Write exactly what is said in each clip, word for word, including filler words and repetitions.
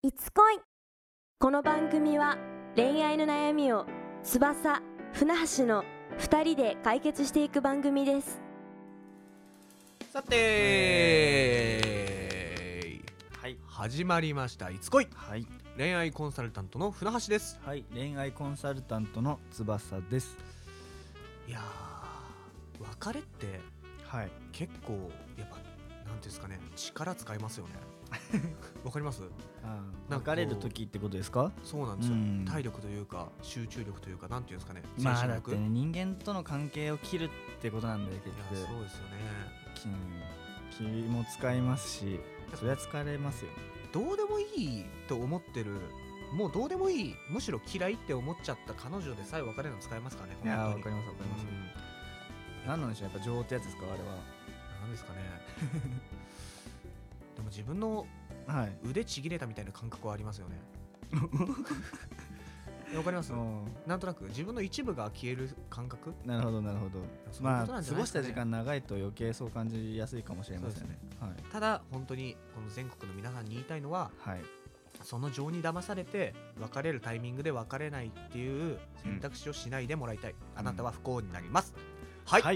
いつ恋。この番組は恋愛の悩みを翼、船橋のふたりで解決していく番組です。 さて、 はい、 始まりましたいつ恋。 はい、 恋愛コンサルタントの船橋です。 はい、恋愛コンサルタントの翼です。 いやー、別れってはい、 結構やっぱなんていうんですかね、力使いますよね。わかります？ あなんかこう別れる時ってことですか？ そうなんですよ、 うん、 体力というか集中力というか、なんていうんですかね、精まあ神力。 だってね、人間との関係を切るってことなんだよ結いや局。 そうですよね。 気気も使いますし、それは疲れますよ。 どうでもいいと思ってる、もうどうでもいい、むしろ嫌いって思っちゃった彼女でさえ別れるの使いますからね。 いやー、 本当にわかりますわかります。 うん何なんでしょう、やっぱ情ってやつですか、あれなんですかね。でも自分のは。はい。 腕ちぎれたみたいな感覚はありますよね。わかります？ おなんとなく自分の一部が消える感覚。 なるほどなるほど。 そういうまあことなんじゃないですかね。 過ごした時間長いと余計そう感じやすいかもしれませんね。はいただ本当にこの全国の皆さんに言いたいのは、 はい。 その情に騙されて別れるタイミングで別れないっていう選択肢をしないでもらいたい、うん、あなたは不幸になります、うん、はい、はい、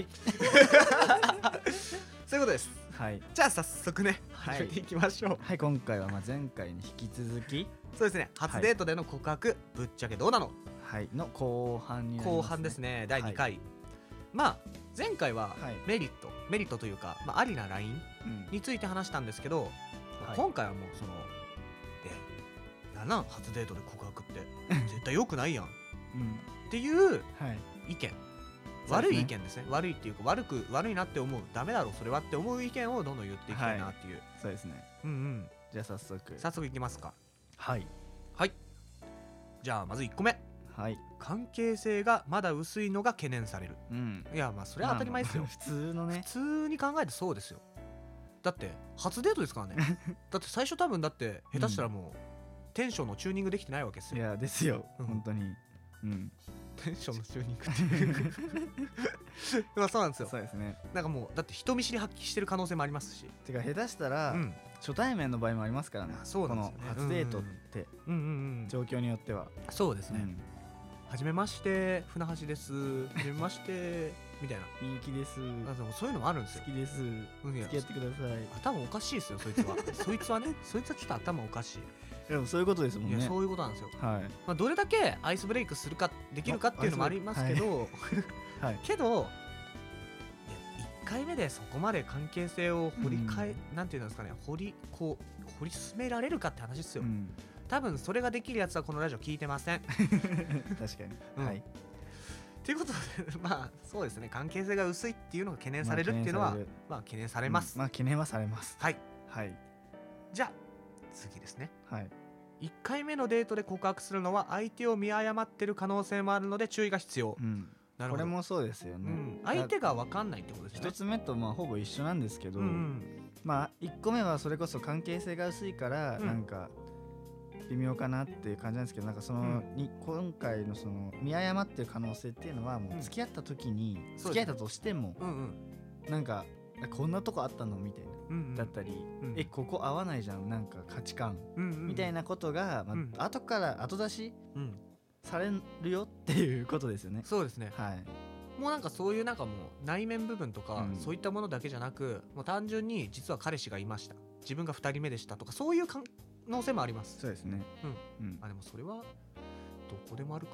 そういうことです。 はい、 じゃあ早速ね、始めていきましょう。 はい、はい、今回はまあ前回に引き続き、 そうですね、初デートでの告白、はい、ぶっちゃけどうなの、 はい、の後半になりますね。 後半ですね、だいにかい、はい、まあ前回はメリット、はい、メリットというか、まあ、ありな ライン について話したんですけど、うん、今回はもうそのえなんなん初デートで告白って絶対良くないやん、うん、っていう意見、はい、悪い意見ですね。悪いっていうか、悪く悪いなって思う、ダメだろそれはって思う意見をどんどん言っていきたいなっていう、はい、 そうですね。 うんうん。 じゃあ早速早速いきますか。 はいはい。じゃあまずいっこめ、 はい、 関係性がまだ薄いのが懸念される、うん、いやまあそれは当たり前ですよ、まあ、 普通のね、 普通に考えてそうですよ。だって初デートですからね。だって最初多分だって下手したらもう、うん、テンションのチューニングできてないわけですよ。 いやですよ、うん、本当に、うん、 テンションのチューニングってまあそうなんですよ。 そうですね。 なんかもうだって人見知り発揮してる可能性もありますし、 てか下手したら、うん、初対面の場合もありますからね。 そうなんですよね、 この初デートって、うんうんうん、状況によっては。 そうですね、うん、はじめまして船橋です、はじめましてみたいな、 みゆきです、 あでもそういうのもあるんですよ。 好きです、うん、付き合ってください。 頭おかしいですよそいつは。そいつはね、そいつはちょっと頭おかしい。 でもそういうことですもんね。 いやそういうことなんですよ、 はい。 まあ、どれだけアイスブレイクするかできるかっていうのもありますけど、はい、けどいやいっかいめでそこまで関係性を掘り返、うん、なんていうんですかね、掘りこう掘り進められるかって話ですよ、うん、多分それができるやつはこのラジオ聞いてません。確かに、 うん、はい。 ということでまあそうですね、関係性が薄いっていうのが懸念されるっていうのは、まあ、まあ懸念されます、 うん、まあ懸念はされます。 はいはい。 じゃあ次ですね。 はい。 いっかいめのデートで告白するのは相手を見誤ってる可能性もあるので注意が必要、うん、 なるほど。これもそうですよね、うん、 相手が分かんないってことですね。 ひとつめとまあほぼ一緒なんですけど、うん、まあいっこめはそれこそ関係性が薄いからなんか微妙かなっていう感じなんですけど、なんかその、うん、に今回のその見誤ってる可能性っていうのはもう付き合った時に、うん、付き合ったとしても、うんうん、なんかこんなとこあったのみたいな、うんうん、だったり、うん、えここ合わないじゃん、なんか価値観、うんうん、みたいなことが、まあうん、後から後出し、うん、されるよっていうことですよね。 そうですね、 はい。 もうなんかそういうなんかもう内面部分とか、うん、そういったものだけじゃなく、もう単純に実は彼氏がいました、自分がふたりめでしたとか、そういう可能性もあります。 そうですね、 うんうん、あでもそれはどこでもあるか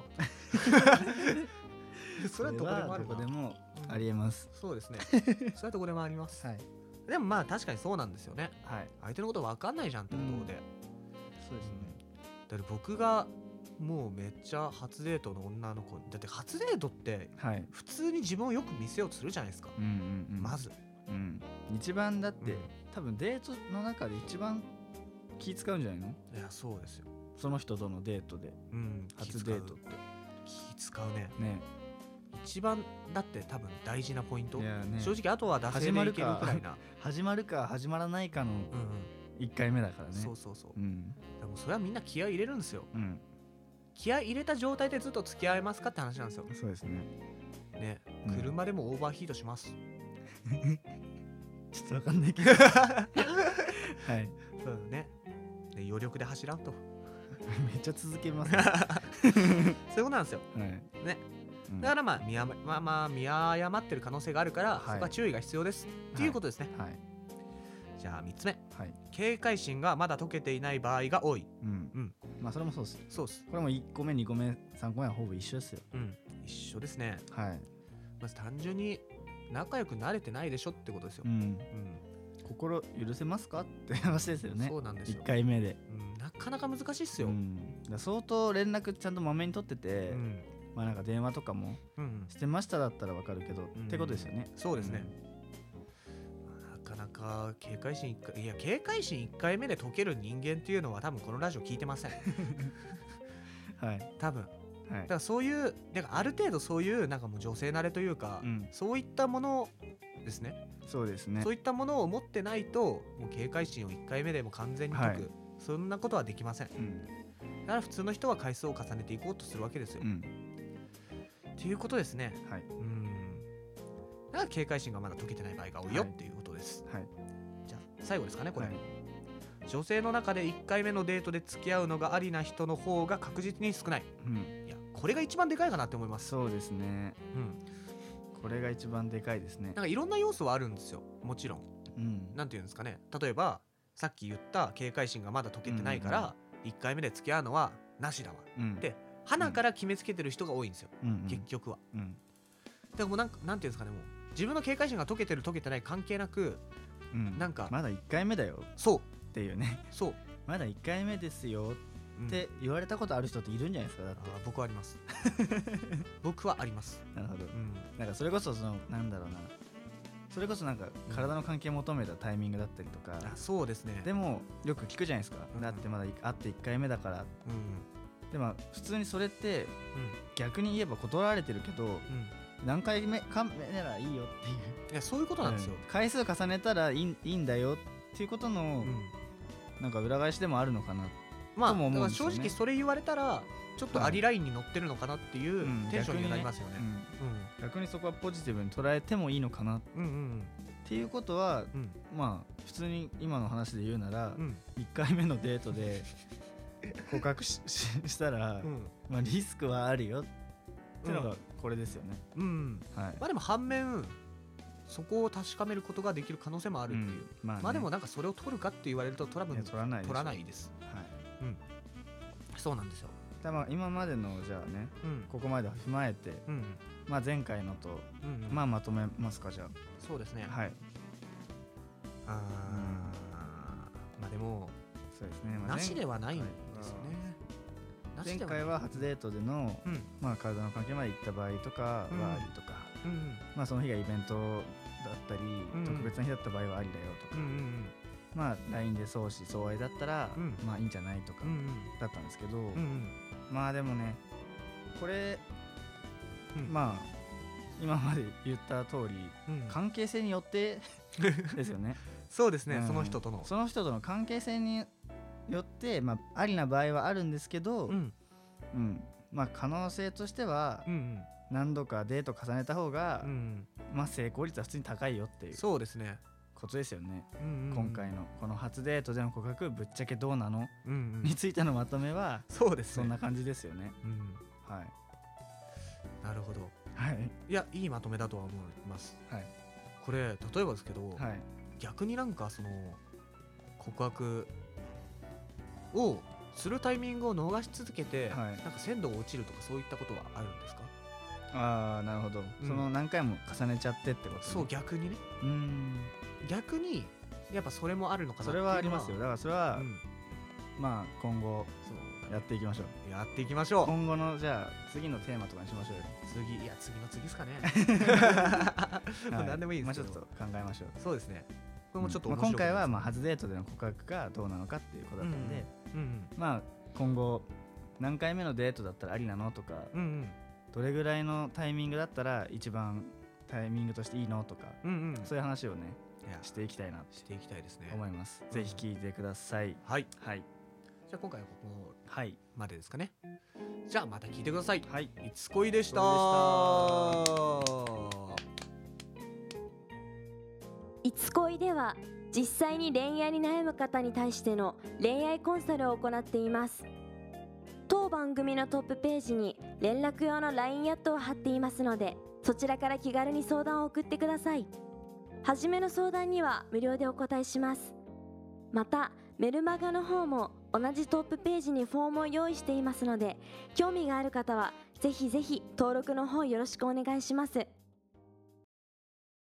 それはどこでもあるな。 どこでもありえます、 うん、そうですねそれはどこでもあります、はい。でもまあ確かにそうなんですよね、はい、相手のこと分かんないじゃんってことで、うん、そうですね、だって僕がもうめっちゃ初デートの女の子、だって初デートって普通に自分をよく見せようとするじゃないですか、うんうんうん、まず、 うん、一番だって、うん、多分デートの中で一番気使うんじゃないの。 いやそうですよ、 その人とのデートで、うん、初デートって気使うね。 ね、 一番だって多分大事なポイント、ね、正直あとは惰性でいけるくらいな始まるか始まらないかのいっかいめだからね、うんうん、 そうそうそう、うん、でもそれはみんな気合い入れるんですよ、うん、気合い入れた状態でずっと付き合えますかって話なんですよ。 そうですね。 ね、うん、車でもオーバーヒートしますちょっとわかんないけどはい、 そうだね。 で余力で走らんとめっちゃ続けますねそういうことなんですよ、 はい、 ね、うん、だからまあ見誤、まあ、まあ見誤ってる可能性があるから、はい、そこは注意が必要ですっていうことですね、はいはい、じゃあみっつめ、はい、警戒心がまだ解けていない場合が多い、うんうん、まあそれもそうです。 そうです。 これもいっこめにこめさんこめはほぼ一緒ですよ。 うん、一緒ですね。 はい。 まず単純に仲良くなれてないでしょってことですよ。 うん。うん、心許せますかって話ですよね。 そうなんですよ。 いっかいめで、 うん、なかなか難しいっすよ。うん、 だ相当連絡ちゃんとまめに取ってて、うん、まあなんか電話とかもしてましただったらわかるけど、うん、ってことですよね。 そうですね。うん、なかなか警戒心いっかいいや警戒心いっかいめで解ける人間っていうのは多分このラジオ聞いてません。はい。多分。はい、だからそういうだからある程度そういうなんかもう女性慣れというか、うん、そういったものですね。 そうですね。 そういったものを持ってないともう警戒心をいっかいめでも完全に解く、はい、そんなことはできません、うん、だから普通の人は回数を重ねていこうとするわけですよ、うん、っていうことですね、はい、うんだから警戒心がまだ解けてない場合が多いよ、はい、っていうことです、はい、じゃあ最後ですかねこれ、はい、女性の中でいっかいめのデートで付き合うのがありな人の方が確実に少ない、うん、いやこれが一番でかいかなって思います。 そうですね、うんこれが一番でかいですね。 なんかいろんな要素はあるんですよもちろん、うん、なんていうんですかね例えばさっき言った警戒心がまだ解けてないから、うんうん、いっかいめで付き合うのはなしだわ、うん、って鼻から決めつけてる人が多いんですよ、うん、結局は、うん、でもなんかなんていうんですかねもう自分の警戒心が解けてる解けてない関係なく、うん、なんかまだいっかいめだよそうっていうねそうまだいっかいめですよって言われたことある人っているんじゃないですか。だってあ僕はあります僕はあります。 なるほど、うん、なんかそれこそそのなんだろうなそれこそなんか体の関係を求めたタイミングだったりとか、 うん、あそうですね。 でもよく聞くじゃないですか、うん、だってまだ会っていっかいめだから、うん、でも普通にそれって、うん、逆に言えば断られてるけど、うん、何回目か目ならいいよっていういやそういうことなんですよ、 うん、回数重ねたらいい、いいんだよっていうことの、うん、なんか裏返しでもあるのかなまあ、だから正直それ言われたらちょっとありラインに乗ってるのかなっていうテンションになりますよね、うんうん、逆にそこはポジティブに捉えてもいいのかなっていうことは、うん、まあ普通に今の話で言うなら、うん、いっかいめのデートで告白 し, したら、うんまあ、リスクはあるよっていうのがこれですよね、うんうんはい、まあでも反面そこを確かめることができる可能性もあるっていう、うんまあね、まあでもなんかそれを取るかって言われると多分取らない取らないです、はいうん、そうなんですよ。 でまあ今までのじゃあね、うん、ここまで踏まえて、うんまあ、前回のと、うんうん、まあまとめますかじゃあ。 そうですね。 はい。 あ、うん、まあでもそうですね、まあ、なしではないんですよね。 前回は初デートでの、うんまあ、体の関係まで行った場合とかはありとか、うんうん、まあその日がイベントだったり、うん、特別な日だった場合はありだよとか。うんうんうんまあ ライン で相思相愛だったら、うん、まあいいんじゃないとかだったんですけど、うんうん、まあでもねこれ、うん、まあ今まで言った通り、うん、関係性によってですよねそうですね、うん、その人とのその人との関係性によって、まあ、ありな場合はあるんですけど、うんうん、まあ可能性としては、うんうん、何度かデート重ねた方が、うんうん、まあ成功率は普通に高いよっていうそうですねことですよね、うんうんうん、今回のこの初デートでの告白ぶっちゃけどうなの、うんうん、についてのまとめはそうです、ね、 そんな感じですよね、うん、はいなるほど、 はい、 いやいいまとめだとは思います、はい、これ例えばですけど、はい、逆になんかその告白をするタイミングを逃し続けて、はい、なんか鮮度が落ちるとかそういったことはあるんですか？ ああなるほど、うん、その何回も重ねちゃってってこと、ね、 そう逆にねうん逆にやっぱそれもあるのかなっていうのはそれはありますよ。だからそれは、うん、まあ今後やっていきましょうやっていきましょう今後のじゃあ次のテーマとかにしましょうよ。 次いや次の次ですかねもう何でもいいですけど、 まあ、ちょっと考えましょう。 そうですねこれもちょっと面白い、うんまあ、今回はまあ初デートでの告白がどうなのかっていうことだったんで、うんうんうん、まあ今後何回目のデートだったらありなのとか、うんうん、どれぐらいのタイミングだったら一番タイミングとしていいのとか、うんうん、そういう話をねしていきたいなしていきたいですね思います、うん、ぜひ聞いてください。 はい、はい、じゃあ今回はここまでですかね、はい、じゃあまた聞いてください。はい、いつこいでした。 いつこいでは実際に恋愛に悩む方に対しての恋愛コンサルを行っています。当番組のトップページに連絡用の ライン アットを貼っていますので、そちらから気軽に相談を送ってください。はじめの相談には無料でお答えします。またメルマガの方も同じトップページにフォームを用意していますので、興味がある方はぜひぜひ登録の方よろしくお願いします。